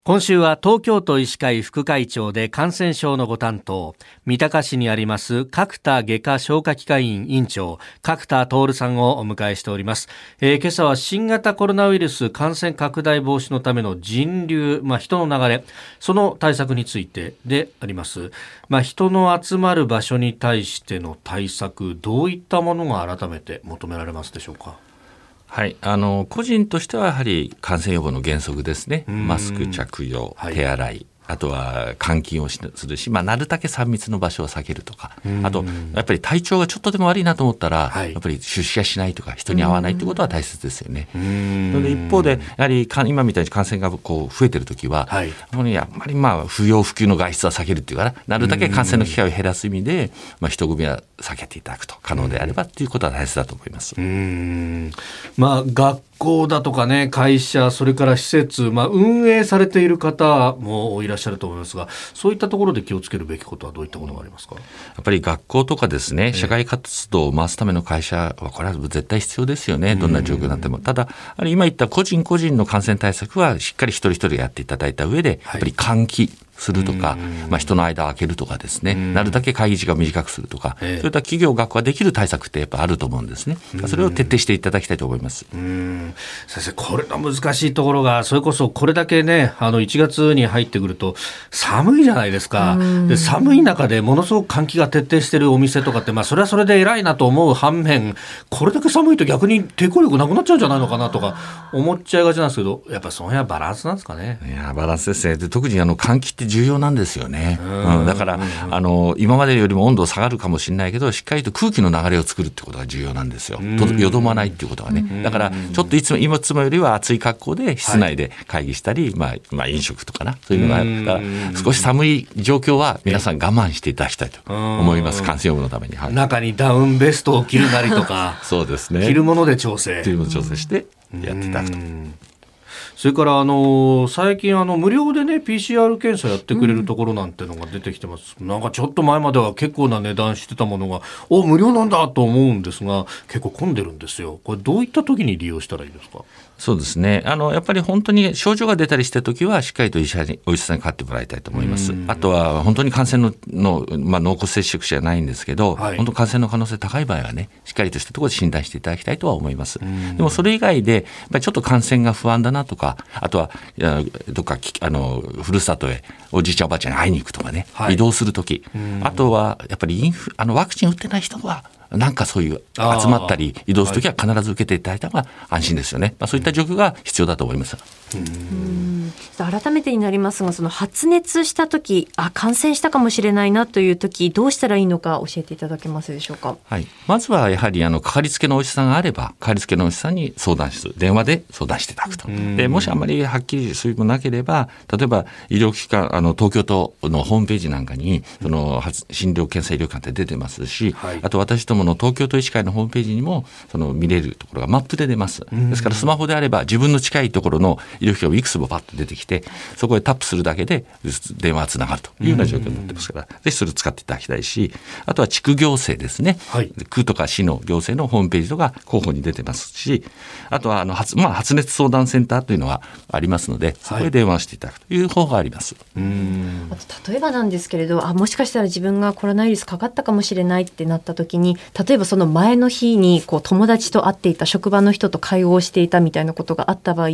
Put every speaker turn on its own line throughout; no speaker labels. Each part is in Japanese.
今週は東京都医師会副会長で感染症のご担当、三鷹市にあります角田外科消化器科院院長角田徹さんをお迎えしております。今朝は新型コロナウイルス感染拡大防止のための人流、人の流れ、その対策についてであります。人の集まる場所に対しての対策、どういったものが改めて求められますでしょうか。
はい、個人としてはやはり感染予防の原則ですね。マスク着用、手洗い、あとは換気をするし、なるだけ3密の場所を避けるとか、あとやっぱり体調がちょっとでも悪いなと思ったら、やっぱり出社しないとか人に会わないということは大切ですよね。それで一方でやはり今みたいに感染が増えているときは、やっぱり不要不急の外出は避けるっていうかなるだけ感染の機会を減らす意味で、人混みは避けていただくと、可能であればということは大切だと思います。
学校だとかね、会社、それから施設、運営されている方もいらっしゃると思いますが、そういったところで気をつけるべきことはどういったことがありますか。
やっぱり学校とかですね、社会活動を回すための会社はこれは絶対必要ですよね。どんな状況になっても。ただ今言った個人個人の感染対策はしっかり一人一人やっていただいた上で、やっぱり換気するとか、人の間を空けるとかですね、なるだけ会議時間を短くするとか、そういった企業学ができる対策ってやっぱあると思うんですね。それを徹底していただきたいと思います。
先生、これの難しいところが、それこそこれだけね、1月に入ってくると寒いじゃないですか。で、寒い中でものすごく換気が徹底しているお店とかって、それはそれで偉いなと思う反面、これだけ寒いと逆に抵抗力なくなっちゃうんじゃないのかなとか思っちゃいがちなんですけど、やっぱりその辺はバランスなんですかね。
いや、バランスですね。で、特に換気って重要なんですよね。だから今までよりも温度下がるかもしれないけど、しっかりと空気の流れを作るってことが重要なんですよ。よどまないっていうことがね。だからちょっといつもよりは暑い格好で室内で会議したり、飲食とかそういうのがあったら、少し寒い状況は皆さん我慢していただきたいと思います。感染予防のために、
中にダウンベストを着るなりとか
そうですね、
着るもので調整
してやっていただくと。
それから最近無料でね PCR 検査やってくれるところなんてのが出てきてます。なんかちょっと前までは結構な値段してたものが無料なんだと思うんですが、結構混んでるんですよ。これどういった時に利用したらいいですか。
そうですね、やっぱり本当に症状が出たりしたときはしっかりとお医者さんにかかってもらいたいと思います。あとは本当に感染の濃厚接触者じゃないんですけど、本当感染の可能性高い場合はね、しっかりとしたところで診断していただきたいとは思います。でもそれ以外でやっぱりちょっと感染が不安だなとか、あとはどっかふるさとへおじいちゃんおばあちゃんに会いに行くとかね、移動するとき、あとはやっぱりワクチン打ってない人はなんかそういう集まったり移動するときは必ず受けていただいた方が安心ですよね。そういった状況が必要だと思います。
改めてになりますが、その発熱したとき、感染したかもしれないなというとき、どうしたらいいのか教えていただけますでしょうか。
まずはやはりかかりつけのお医者さんがあれば、かかりつけのお医者さんに相談する、電話で相談していただくと。でもしあまりはっきりそういうのなければ、例えば医療機関東京都のホームページなんかに診療検査医療機関って出てますし、あと私どもの東京都医師会のホームページにも見れるところがマップで出ます。ですからスマホであれば自分の近いところの医療機関をいくつもパッと出てきて、そこでタップするだけで電話がつながるというような状況になってますから、ぜひそれを使っていただきたいし、あとは地区行政ですね、区とか市の行政のホームページとか広報に出てますし、あとは発熱相談センターというのがありますので、そこで電話していただくという方法があります。
あと例えばなんですけれど、もしかしたら自分がコロナウイルスかかったかもしれないってなった時に、例えばその前の日に友達と会っていた、職場の人と会話をしていたみたいなことがあった場合って、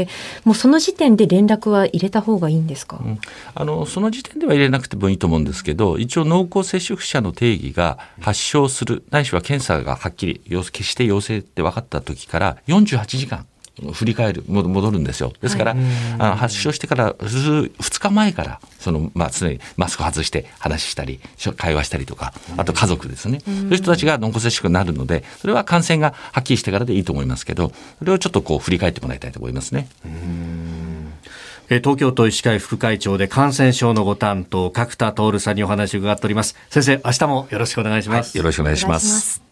もうその時点で連絡は入れた方がいいんですか。
その時点では入れなくてもいいと思うんですけど、一応濃厚接触者の定義が発症する、ないしは検査がはっきり決して陽性って分かった時から48時間振り返る戻るんですよ。ですから、発症してから2日前から常にマスク外して話したり会話したりとか、あと家族ですね、そういう人たちが濃厚接触になるので、それは感染がはっきりしてからでいいと思いますけど、それをちょっと振り返ってもらいたいと思いますね。
東京都医師会副会長で感染症のご担当角田徹さんにお話を伺っております。先生、明日もよろしくお願いします。
よろしくお願いします。